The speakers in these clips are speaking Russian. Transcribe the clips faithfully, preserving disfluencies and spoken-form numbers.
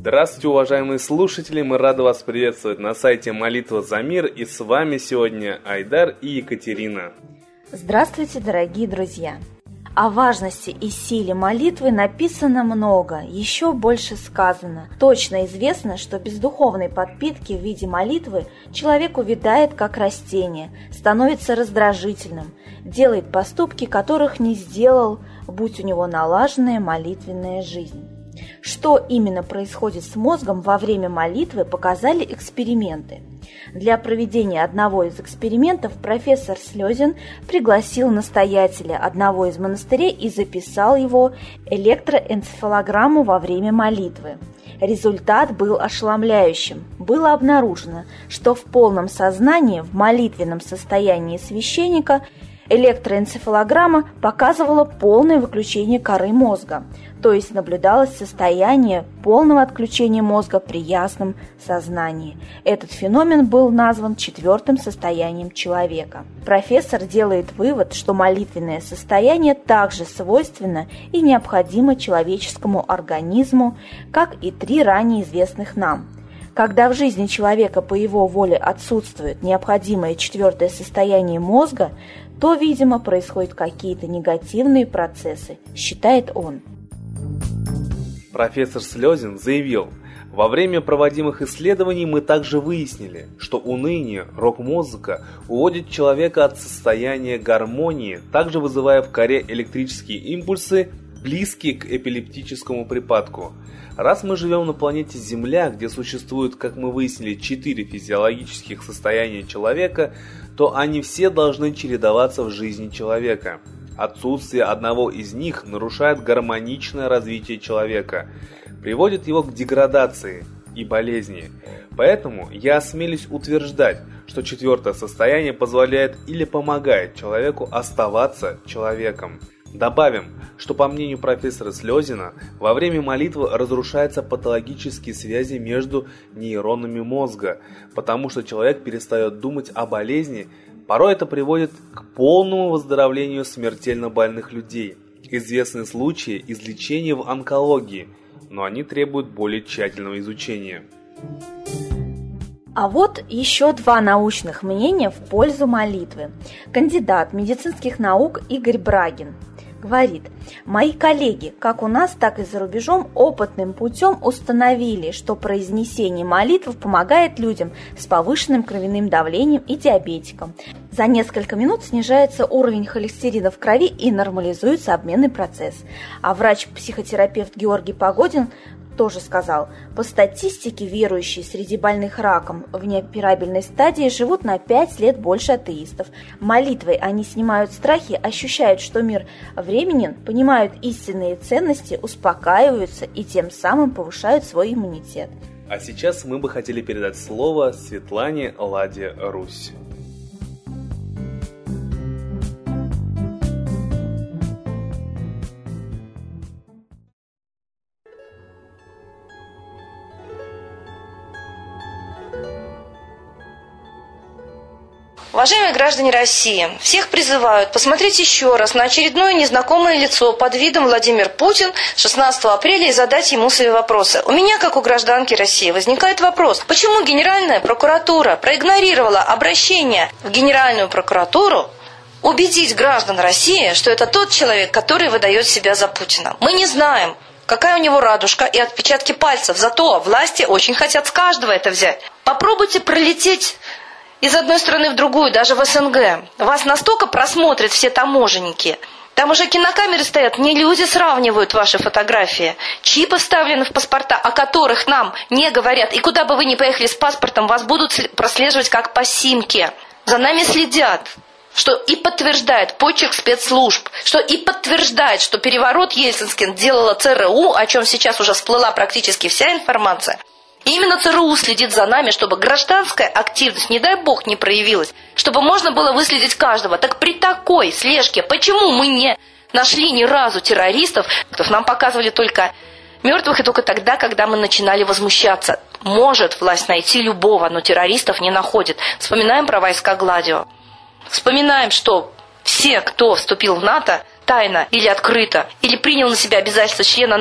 Здравствуйте, уважаемые слушатели, мы рады вас приветствовать на сайте «Молитва за мир», и с вами сегодня Айдар и Екатерина. Здравствуйте, дорогие друзья! О важности и силе молитвы написано много, еще больше сказано. Точно известно, что без духовной подпитки в виде молитвы человек увядает как растение, становится раздражительным, делает поступки, которых не сделал, будь у него налаженная молитвенная жизнь. Что именно происходит с мозгом во время молитвы, показали эксперименты. Для проведения одного из экспериментов профессор Слезин пригласил настоятеля одного из монастырей и записал его электроэнцефалограмму во время молитвы. Результат был ошеломляющим. Было обнаружено, что в полном сознании, в молитвенном состоянии священника, электроэнцефалограмма показывала полное выключение коры мозга, то есть наблюдалось состояние полного отключения мозга при ясном сознании. Этот феномен был назван четвертым состоянием человека. Профессор делает вывод, что молитвенное состояние также свойственно и необходимо человеческому организму, как и три ранее известных нам. Когда в жизни человека по его воле отсутствует необходимое четвертое состояние мозга, то, видимо, происходят какие-то негативные процессы, считает он. Профессор Слезин заявил: во время проводимых исследований мы также выяснили, что уныние, рок-музыка уводит человека от состояния гармонии, также вызывая в коре электрические импульсы, близкие к эпилептическому припадку. Раз мы живем на планете Земля, где существует, как мы выяснили, четыре физиологических состояния человека, то они все должны чередоваться в жизни человека. Отсутствие одного из них нарушает гармоничное развитие человека, приводит его к деградации и болезни. Поэтому я осмелюсь утверждать, что четвертое состояние позволяет или помогает человеку оставаться человеком. Добавим, что по мнению профессора Слезина, во время молитвы разрушаются патологические связи между нейронами мозга, потому что человек перестает думать о болезни. Порой это приводит к полному выздоровлению смертельно больных людей. Известны случаи излечения в онкологии, но они требуют более тщательного изучения. А вот еще два научных мнения в пользу молитвы. Кандидат медицинских наук Игорь Брагин говорит: мои коллеги, как у нас, так и за рубежом, опытным путем установили, что произнесение молитв помогает людям с повышенным кровяным давлением и диабетикам. За несколько минут снижается уровень холестерина в крови и нормализуется обменный процесс. А врач-психотерапевт Георгий Погодин тоже сказал: по статистике, верующие среди больных раком в неоперабельной стадии живут на пять лет больше атеистов. Молитвой они снимают страхи, ощущают, что мир временен, понимают истинные ценности, успокаиваются и тем самым повышают свой иммунитет. А сейчас мы бы хотели передать слово Светлане Ладе Русь. Уважаемые граждане России, всех призывают посмотреть еще раз на очередное незнакомое лицо под видом Владимир Путин шестнадцатого апреля и задать ему свои вопросы. У меня, как у гражданки России, возникает вопрос, почему Генеральная прокуратура проигнорировала обращение в Генеральную прокуратуру убедить граждан России, что это тот человек, который выдает себя за Путина. Мы не знаем, какая у него радужка и отпечатки пальцев, зато власти очень хотят с каждого это взять. Попробуйте пролететь из одной страны в другую, даже в СНГ. Вас настолько просмотрят все таможенники. Там уже кинокамеры стоят, не люди сравнивают ваши фотографии. Чипы вставлены в паспорта, о которых нам не говорят. И куда бы вы ни поехали с паспортом, вас будут прослеживать как по симке. За нами следят. Что и подтверждает почерк спецслужб, что и подтверждает, что переворот ельцинский делала ЦРУ, о чем сейчас уже всплыла практически вся информация. И именно ЦРУ следит за нами, чтобы гражданская активность, не дай бог, не проявилась, чтобы можно было выследить каждого. Так при такой слежке почему мы не нашли ни разу террористов? Нам показывали только мертвых, и только тогда, когда мы начинали возмущаться. Может власть найти любого, но террористов не находит. Вспоминаем про войска Гладио. Вспоминаем, что все, кто вступил в НАТО, тайно или открыто, или принял на себя обязательства члена НАТО,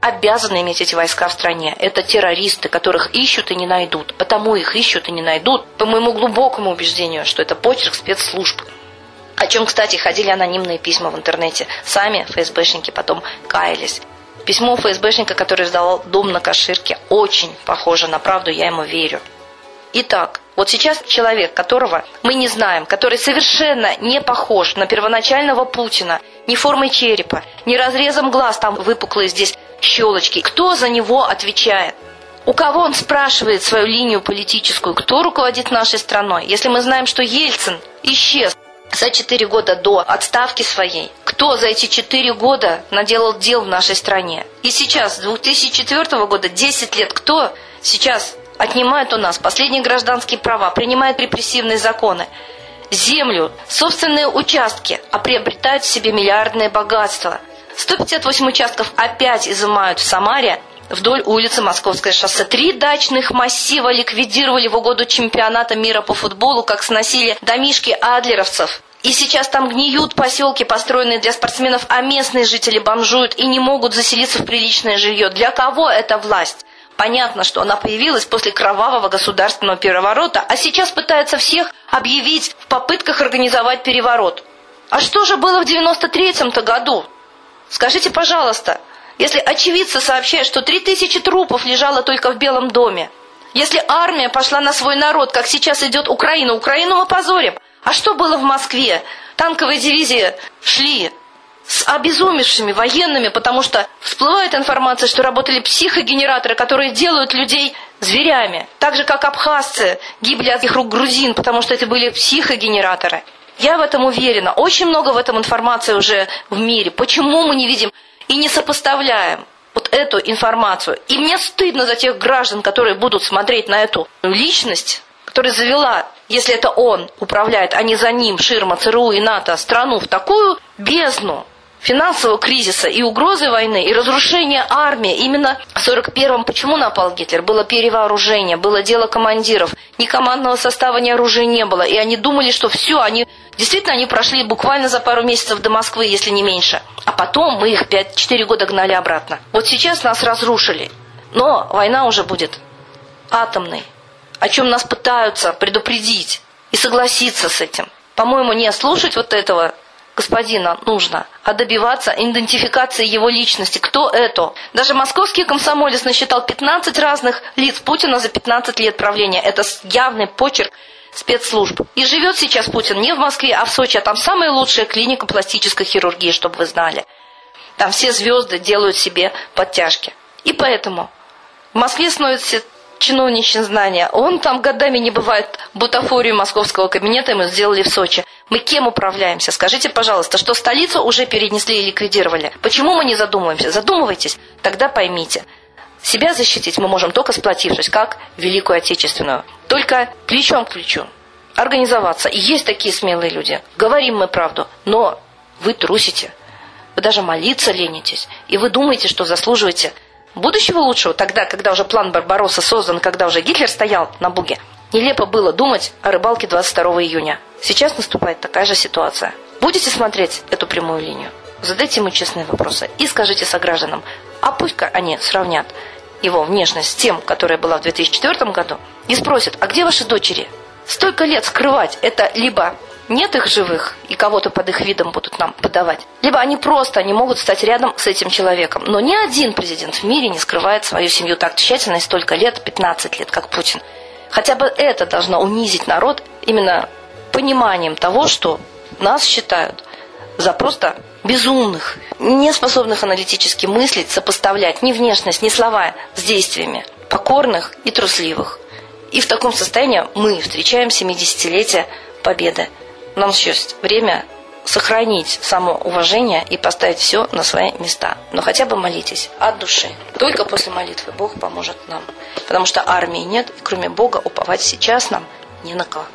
обязаны иметь эти войска в стране. Это террористы, которых ищут и не найдут. Потому их ищут и не найдут, по моему глубокому убеждению, что это почерк спецслужб. О чем, кстати, ходили анонимные письма в интернете. Сами ФСБшники потом каялись. Письмо ФСБшника, который сдавал дом на Каширке, очень похоже на правду, я ему верю. Итак, вот сейчас человек, которого мы не знаем, который совершенно не похож на первоначального Путина, ни формой черепа, ни разрезом глаз, там выпуклые здесь щелочки. Кто за него отвечает? У кого он спрашивает свою линию политическую? Кто руководит нашей страной? Если мы знаем, что Ельцин исчез за четыре года до отставки своей, кто за эти четыре года наделал дел в нашей стране? И сейчас, с две тысячи четвёртого года, десять лет, кто сейчас отнимает у нас последние гражданские права, принимает репрессивные законы, землю, собственные участки, а приобретают себе миллиардное богатство? сто пятьдесят восемь участков опять изымают в Самаре вдоль улицы Московское шоссе. Три дачных массива ликвидировали в угоду чемпионата мира по футболу, как сносили домишки адлеровцев. И сейчас там гниют поселки, построенные для спортсменов, а местные жители бомжуют и не могут заселиться в приличное жилье. Для кого эта власть? Понятно, что она появилась после кровавого государственного переворота, а сейчас пытается всех объявить в попытках организовать переворот. А что же было в девяносто третьем-то году? Скажите, пожалуйста, если очевидцы сообщают, что три тысячи трупов лежало только в Белом доме, если армия пошла на свой народ, как сейчас идет Украина, Украину мы позорим. А что было в Москве? Танковые дивизии шли с обезумевшими военными, потому что всплывает информация, что работали психогенераторы, которые делают людей зверями. Так же, как абхазцы гибли от их рук грузин, потому что это были психогенераторы. Я в этом уверена. Очень много в этом информации уже в мире. Почему мы не видим и не сопоставляем вот эту информацию? И мне стыдно за тех граждан, которые будут смотреть на эту личность, которая завела, если это он управляет, а не за ним ширма ЦРУ и НАТО, страну в такую бездну финансового кризиса и угрозы войны, и разрушения армии. Именно в сорок первом почему напал Гитлер? Было перевооружение, было дело командиров. Ни командного состава, ни оружия не было. И они думали, что все, они действительно они прошли буквально за пару месяцев до Москвы, если не меньше. А потом мы их пять-четыре года гнали обратно. Вот сейчас нас разрушили. Но война уже будет атомной, о чем нас пытаются предупредить и согласиться с этим. По-моему, не слушать вот этого господина нужно, а добиваться идентификации его личности. Кто это? Даже московский комсомолец насчитал пятнадцать разных лиц Путина за пятнадцать лет правления. Это явный почерк спецслужб. И живет сейчас Путин не в Москве, а в Сочи. А там самая лучшая клиника пластической хирургии, чтобы вы знали. Там все звезды делают себе подтяжки. И поэтому в Москве становятся чиновничьи знания. Он там годами не бывает. Бутафорию московского кабинета мы сделали в Сочи. Мы кем управляемся? Скажите, пожалуйста, что столицу уже перенесли и ликвидировали. Почему мы не задумываемся? Задумывайтесь, тогда поймите. Себя защитить мы можем только сплотившись, как Великую Отечественную. Только плечом к плечу. Организоваться. И есть такие смелые люди. Говорим мы правду. Но вы трусите. Вы даже молиться ленитесь. И вы думаете, что заслуживаете будущего лучшего, тогда, когда уже план Барбаросса создан, когда уже Гитлер стоял на Буге. Нелепо было думать о рыбалке двадцать второго июня. Сейчас наступает такая же ситуация. Будете смотреть эту прямую линию? Задайте ему честные вопросы и скажите согражданам, а пусть-ка они сравнят его внешность с тем, которая была в две тысячи четвёртом году, и спросят, а где ваши дочери? Столько лет скрывать, это либо нет их живых, и кого-то под их видом будут нам подавать, либо они просто не могут стать рядом с этим человеком. Но ни один президент в мире не скрывает свою семью так тщательно и столько лет, пятнадцать лет, как Путин. Хотя бы это должно унизить народ именно пониманием того, что нас считают за просто безумных, не способных аналитически мыслить, сопоставлять ни внешность, ни слова с действиями, покорных и трусливых. И в таком состоянии мы встречаем семидесятилетие Победы. Нам еще есть время сохранить самоуважение и поставить все на свои места. Но хотя бы молитесь от души. Только после молитвы Бог поможет нам. Потому что армии нет, и кроме Бога уповать сейчас нам не на кого.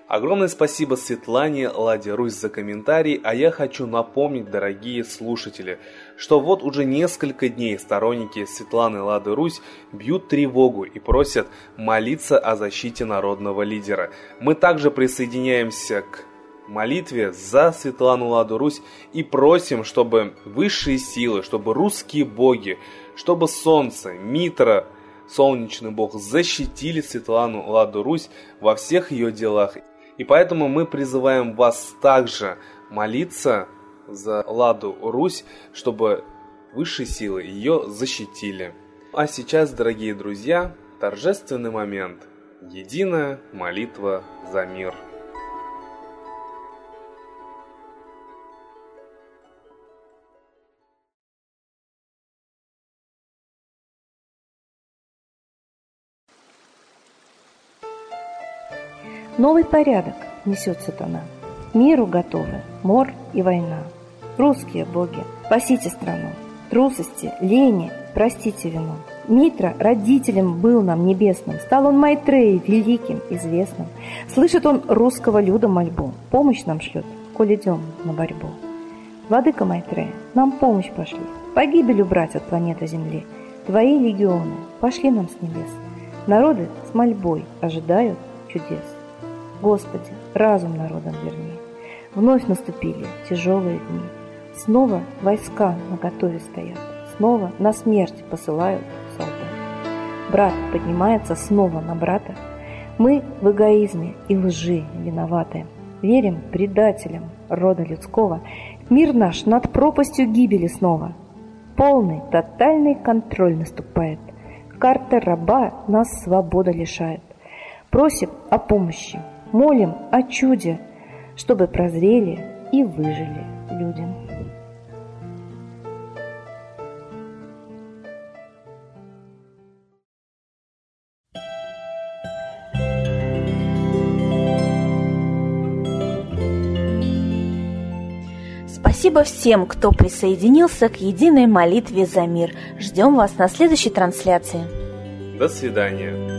Огромное спасибо Светлане Ладе Русь за комментарий, а я хочу напомнить, дорогие слушатели, что вот уже несколько дней сторонники Светланы Лады Русь бьют тревогу и просят молиться о защите народного лидера. Мы также присоединяемся к молитве за Светлану Ладу Русь и просим, чтобы высшие силы, чтобы русские боги, чтобы солнце, Митра, солнечный бог защитили Светлану Ладу Русь во всех ее делах. И поэтому мы призываем вас также молиться за Ладу Русь, чтобы высшие силы ее защитили. А сейчас, дорогие друзья, торжественный момент. Единая молитва за мир. Новый порядок несет сатана. Миру готовы мор и война. Русские боги, спасите страну. Трусости, лени, простите вину. Митра родителем был нам небесным, стал он Майтреей великим, известным. Слышит он русского люда мольбу, помощь нам шлет, коль идем на борьбу. Владыка Майтрея, нам помощь пошли, погибель убрать от планеты Земли. Твои легионы пошли нам с небес. Народы с мольбой ожидают чудес. Господи, разум народам верни. Вновь наступили тяжелые дни. Снова войска наготове стоят. Снова на смерть посылают солдат. Брат поднимается снова на брата. Мы в эгоизме и лжи виноваты. Верим предателям рода людского. Мир наш над пропастью гибели снова. Полный, тотальный контроль наступает. Карта раба нас свобода лишает. Просим о помощи. Молим о чуде, чтобы прозрели и выжили люди. Спасибо всем, кто присоединился к единой молитве за мир. Ждем вас на следующей трансляции. До свидания.